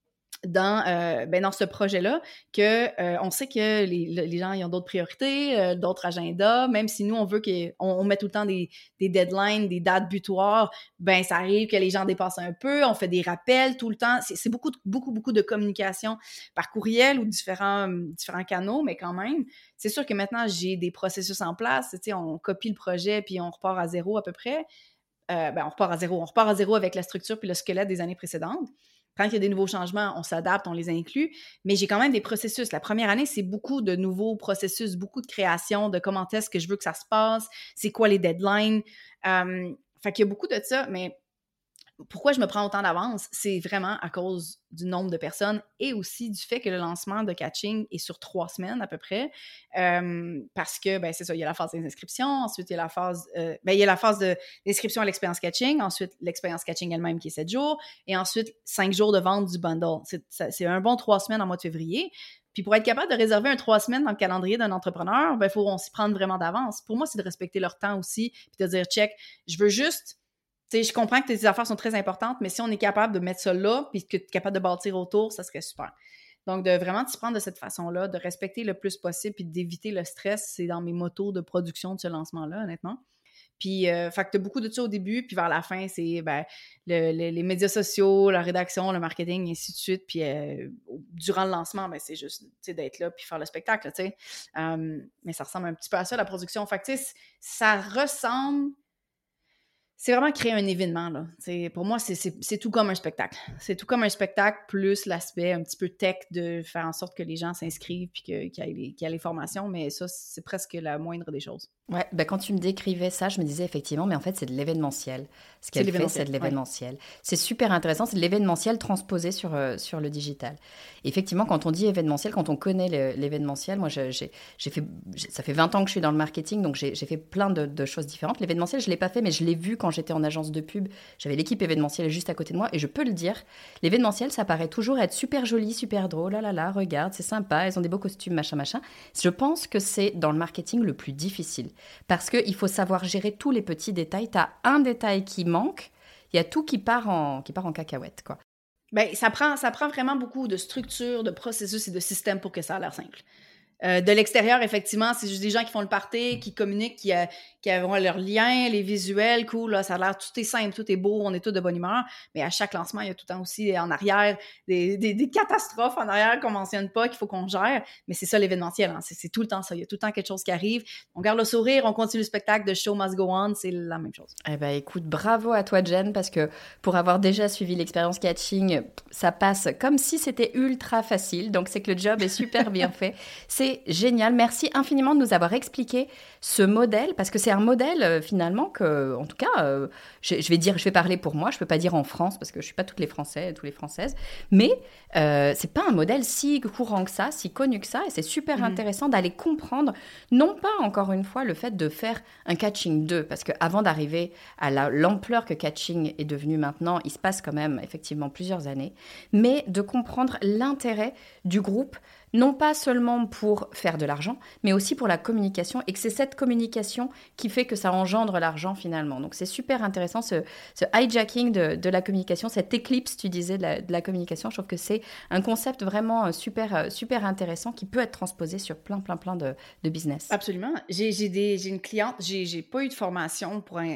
dans, euh, ben dans ce projet-là que euh, on sait que les, les gens ils ont d'autres priorités, euh, d'autres agendas, même si nous, on veut qu'on on met tout le temps des, des deadlines, des dates butoirs, ben ça arrive que les gens dépassent un peu, on fait des rappels tout le temps. C'est, c'est beaucoup, beaucoup, beaucoup de communication par courriel ou différents, différents canaux, mais quand même, c'est sûr que maintenant, j'ai des processus en place, tu sais, on copie le projet puis on repart à zéro à peu près. Euh, ben on repart à zéro. On repart à zéro avec la structure puis le squelette des années précédentes. Quand il y a des nouveaux changements, on s'adapte, on les inclut, mais j'ai quand même des processus. La première année, c'est beaucoup de nouveaux processus, beaucoup de création, de comment est-ce que je veux que ça se passe, c'est quoi les deadlines. Euh, fait qu'il y a beaucoup de ça, mais pourquoi je me prends autant d'avance? C'est vraiment à cause du nombre de personnes et aussi du fait que le lancement de Catching est sur trois semaines à peu près. Euh, parce que, ben c'est ça, il y a la phase des inscriptions, ensuite il y a la phase, euh, ben il y a la phase de l'inscription à l'expérience Catching, ensuite l'expérience Catching elle-même qui est sept jours, et ensuite cinq jours de vente du bundle. C'est, c'est un bon trois semaines en mois de février. Puis pour être capable de réserver un trois semaines dans le calendrier d'un entrepreneur, ben il faut on s'y prendre vraiment d'avance. Pour moi, c'est de respecter leur temps aussi, puis de dire, check, je veux juste... Tu sais, je comprends que tes affaires sont très importantes, mais si on est capable de mettre ça là, puis que tu es capable de bâtir autour, ça serait super. Donc, de vraiment t'y prendre de cette façon-là, de respecter le plus possible, puis d'éviter le stress, c'est dans mes motos de production de ce lancement-là, honnêtement. Puis, euh, fait que t'as beaucoup de ça au début, puis vers la fin, c'est ben, le, le, les médias sociaux, la rédaction, le marketing, et ainsi de suite. Puis, euh, durant le lancement, ben, c'est juste d'être là puis faire le spectacle, tu sais. Um, mais ça ressemble un petit peu à ça, la production. Fait que, tu sais, ça ressemble... C'est vraiment créer un événement, là. C'est, pour moi, c'est, c'est, c'est tout comme un spectacle. C'est tout comme un spectacle, plus l'aspect un petit peu tech de faire en sorte que les gens s'inscrivent puis que, qu'il, y ait les, qu'il y ait les formations, mais ça, c'est presque la moindre des choses. Ouais, ben quand tu me décrivais ça, je me disais effectivement, mais en fait, c'est de l'événementiel. Ce qu'elle fait, c'est de l'événementiel. Ouais. C'est super intéressant, c'est de l'événementiel transposé sur, euh, sur le digital. Et effectivement, quand on dit événementiel, quand on connaît le, l'événementiel, moi, j'ai, j'ai, j'ai fait, j'ai, ça fait vingt ans que je suis dans le marketing, donc j'ai, j'ai fait plein de, de choses différentes. L'événementiel, je ne l'ai pas fait, mais je l'ai vu quand j'étais en agence de pub. J'avais l'équipe événementielle juste à côté de moi, et je peux le dire, l'événementiel, ça paraît toujours être super joli, super drôle, là là là, regarde, c'est sympa, elles ont des beaux costumes, machin, machin. Je pense que c'est dans le marketing le plus difficile. Parce qu'il faut savoir gérer tous les petits détails. Tu as un détail qui manque, il y a tout qui part en, qui part en cacahuète, quoi. Ben, ça prend, ça prend vraiment beaucoup de structure, de processus et de système pour que ça a l'air simple. Euh, de l'extérieur, effectivement, c'est juste des gens qui font le party, qui communiquent, qui, euh, qui ont leurs liens, les visuels, cool, là, ça a l'air, tout est simple, tout est beau, on est tous de bonne humeur, mais à chaque lancement, il y a tout le temps aussi en arrière des, des, des catastrophes en arrière qu'on mentionne pas, qu'il faut qu'on gère, mais c'est ça l'événementiel, hein, c'est, c'est tout le temps ça, il y a tout le temps quelque chose qui arrive, on garde le sourire, on continue le spectacle, de show must go on, c'est la même chose. Eh ben écoute, bravo à toi Jen, parce que pour avoir déjà suivi l'expérience Catching, ça passe comme si c'était ultra facile, donc c'est que le job est super bien fait, c'est génial. Merci infiniment de nous avoir expliqué ce modèle, parce que c'est un modèle euh, finalement que, en tout cas, euh, je, je vais dire, je vais parler pour moi, je peux pas dire en France parce que je suis pas toutes les Français, tous les Françaises, mais euh, c'est pas un modèle si courant que ça, si connu que ça, et c'est super mmh. intéressant d'aller comprendre, non pas encore une fois le fait de faire un Catching deux, parce qu'avant d'arriver à la, l'ampleur que Catching est devenu maintenant, il se passe quand même effectivement plusieurs années, mais de comprendre l'intérêt du groupe, non pas seulement pour faire de l'argent, mais aussi pour la communication, et que c'est cette communication qui fait que ça engendre l'argent finalement. Donc c'est super intéressant ce, ce hijacking de, de la communication, cette éclipse, tu disais, de la, de la communication. Je trouve que c'est un concept vraiment super, super intéressant qui peut être transposé sur plein, plein, plein de, de business. Absolument. J'ai, j'ai, des, j'ai une cliente, j'ai, j'ai pas eu de formation pour un...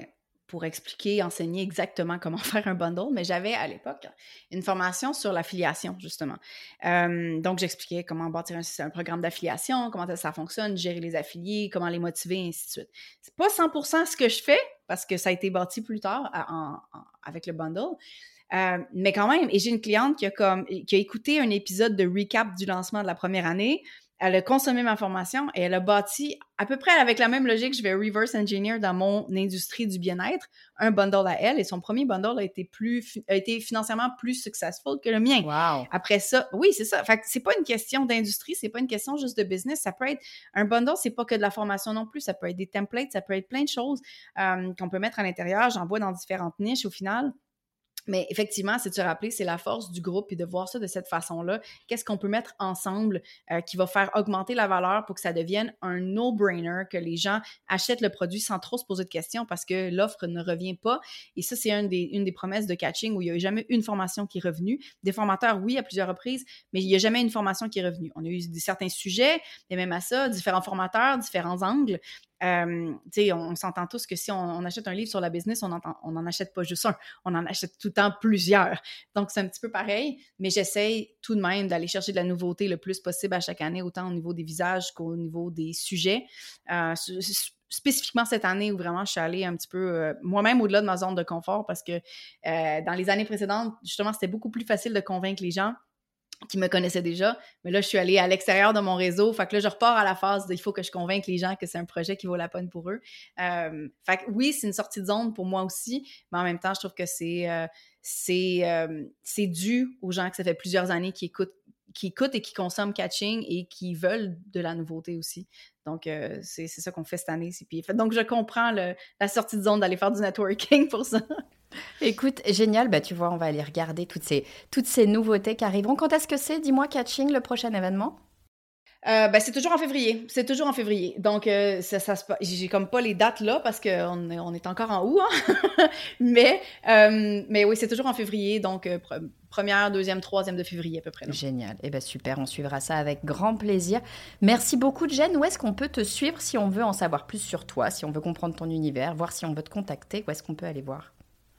pour expliquer, enseigner exactement comment faire un bundle, mais j'avais à l'époque une formation sur l'affiliation, justement. Euh, donc, j'expliquais comment bâtir un, un programme d'affiliation, comment ça fonctionne, gérer les affiliés, comment les motiver, et ainsi de suite. C'est pas cent pour cent ce que je fais, parce que ça a été bâti plus tard à, en, en, avec le bundle, euh, mais quand même, et j'ai une cliente qui a, comme, qui a écouté un épisode de recap du lancement de la première année. Elle a consommé ma formation et elle a bâti, à peu près avec la même logique, je vais reverse engineer dans mon industrie du bien-être, un bundle à elle, et son premier bundle a été plus, a été financièrement plus successful que le mien. Wow. Après ça, oui, c'est ça. Fait que c'est pas une question d'industrie, c'est pas une question juste de business. Ça peut être, un bundle, c'est pas que de la formation non plus. Ça peut être des templates, ça peut être plein de choses euh, qu'on peut mettre à l'intérieur. J'en vois dans différentes niches au final. Mais effectivement, c'est de se rappeler, c'est la force du groupe et de voir ça de cette façon-là. Qu'est-ce qu'on peut mettre ensemble euh, qui va faire augmenter la valeur pour que ça devienne un no-brainer, que les gens achètent le produit sans trop se poser de questions parce que l'offre ne revient pas. Et ça, c'est une des, une des promesses de Catching où il n'y a jamais une formation qui est revenue. Des formateurs, oui, à plusieurs reprises, mais il n'y a jamais une formation qui est revenue. On a eu des, certains sujets, et même à ça, différents formateurs, différents angles. Euh, tu sais, on, on s'entend tous que si on, on achète un livre sur la business, on n'en achète pas juste un, on en achète tout le temps plusieurs. Donc, c'est un petit peu pareil, mais j'essaye tout de même d'aller chercher de la nouveauté le plus possible à chaque année, autant au niveau des visages qu'au niveau des sujets. Euh, spécifiquement cette année où vraiment je suis allée un petit peu euh, moi-même au-delà de ma zone de confort parce que euh, dans les années précédentes, justement, c'était beaucoup plus facile de convaincre les gens qui me connaissaient déjà, mais là, je suis allée à l'extérieur de mon réseau, fait que là, je repars à la phase de « il faut que je convainque les gens que c'est un projet qui vaut la peine pour eux euh, ». Fait que oui, c'est une sortie de zone pour moi aussi, mais en même temps, je trouve que c'est, euh, c'est, euh, c'est dû aux gens que ça fait plusieurs années qui écoutent, qui écoutent et qui consomment Catching et qui veulent de la nouveauté aussi. Donc, euh, c'est, c'est ça qu'on fait cette année. Puis, donc, je comprends le, la sortie de zone d'aller faire du networking pour ça. Écoute, génial, bah tu vois, on va aller regarder toutes ces, toutes ces nouveautés qui arriveront. Quand est-ce que c'est, dis-moi, Catching, le prochain événement? Euh, ben, c'est toujours en février. C'est toujours en février. Donc, euh, ça, ça se passe. J'ai comme pas les dates là parce qu'on on est encore en août. Hein? mais, euh, mais oui, c'est toujours en février. Donc, euh, première, deuxième, troisième de février à peu près. Là. Génial. Eh bien, super. On suivra ça avec grand plaisir. Merci beaucoup, Jen. Où est-ce qu'on peut te suivre si on veut en savoir plus sur toi, si on veut comprendre ton univers, voir si on veut te contacter? Où est-ce qu'on peut aller voir?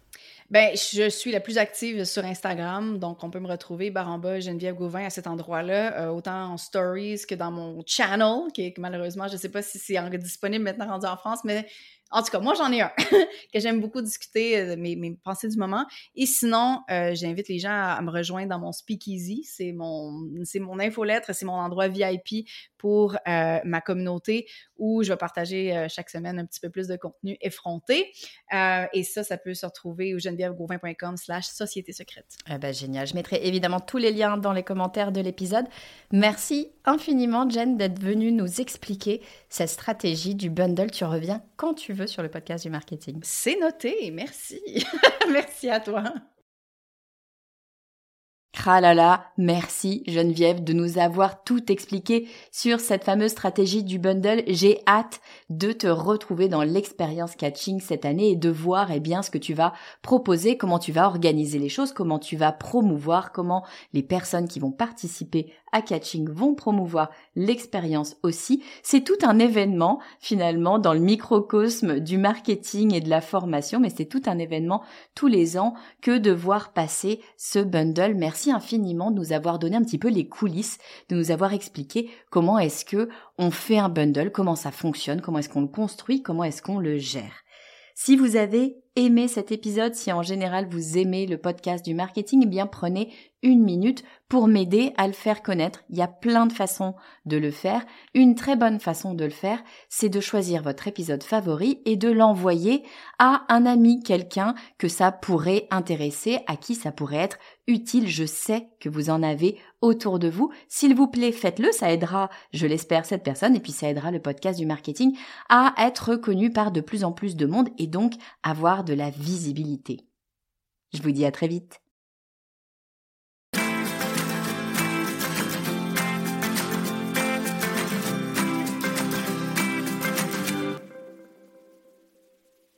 Ben, je suis la plus active sur Instagram, donc on peut me retrouver barre en bas Geneviève Gauvin à cet endroit-là, euh, autant en stories que dans mon channel, qui est que malheureusement, je ne sais pas si c'est disponible maintenant rendu en France, mais en tout cas, moi, j'en ai un que j'aime beaucoup discuter, euh, mes, mes pensées du moment. Et sinon, euh, j'invite les gens à, à me rejoindre dans mon Speakeasy. C'est mon, c'est mon infolettre, c'est mon endroit V I P pour euh, ma communauté où je vais partager euh, chaque semaine un petit peu plus de contenu effronté. Euh, et ça, ça peut se retrouver au genevièvegauvin.com slash société secrète. Eh ben, génial. Je mettrai évidemment tous les liens dans les commentaires de l'épisode. Merci infiniment, Jen, d'être venue nous expliquer cette stratégie du bundle. Tu reviens quand tu veux sur le podcast du marketing. C'est noté. Merci. Merci à toi. Ah là là, merci Geneviève de nous avoir tout expliqué sur cette fameuse stratégie du bundle. J'ai hâte de te retrouver dans l'expérience Catching cette année et de voir eh bien ce que tu vas proposer, comment tu vas organiser les choses, comment tu vas promouvoir, comment les personnes qui vont participer à Catching vont promouvoir l'expérience aussi. C'est tout un événement finalement dans le microcosme du marketing et de la formation, mais c'est tout un événement tous les ans que de voir passer ce bundle. Merci infiniment de nous avoir donné un petit peu les coulisses, de nous avoir expliqué comment est-ce que on fait un bundle, comment ça fonctionne, comment est-ce qu'on le construit, comment est-ce qu'on le gère. Si vous avez aimé cet épisode, si en général vous aimez le podcast du marketing, eh bien prenez une minute pour m'aider à le faire connaître. Il y a plein de façons de le faire. Une très bonne façon de le faire, c'est de choisir votre épisode favori et de l'envoyer à un ami, quelqu'un que ça pourrait intéresser, à qui ça pourrait être utile. Je sais que vous en avez autour de vous. S'il vous plaît, faites-le. Ça aidera, je l'espère, cette personne et puis ça aidera le podcast du marketing à être connu par de plus en plus de monde et donc avoir de la visibilité. Je vous dis à très vite.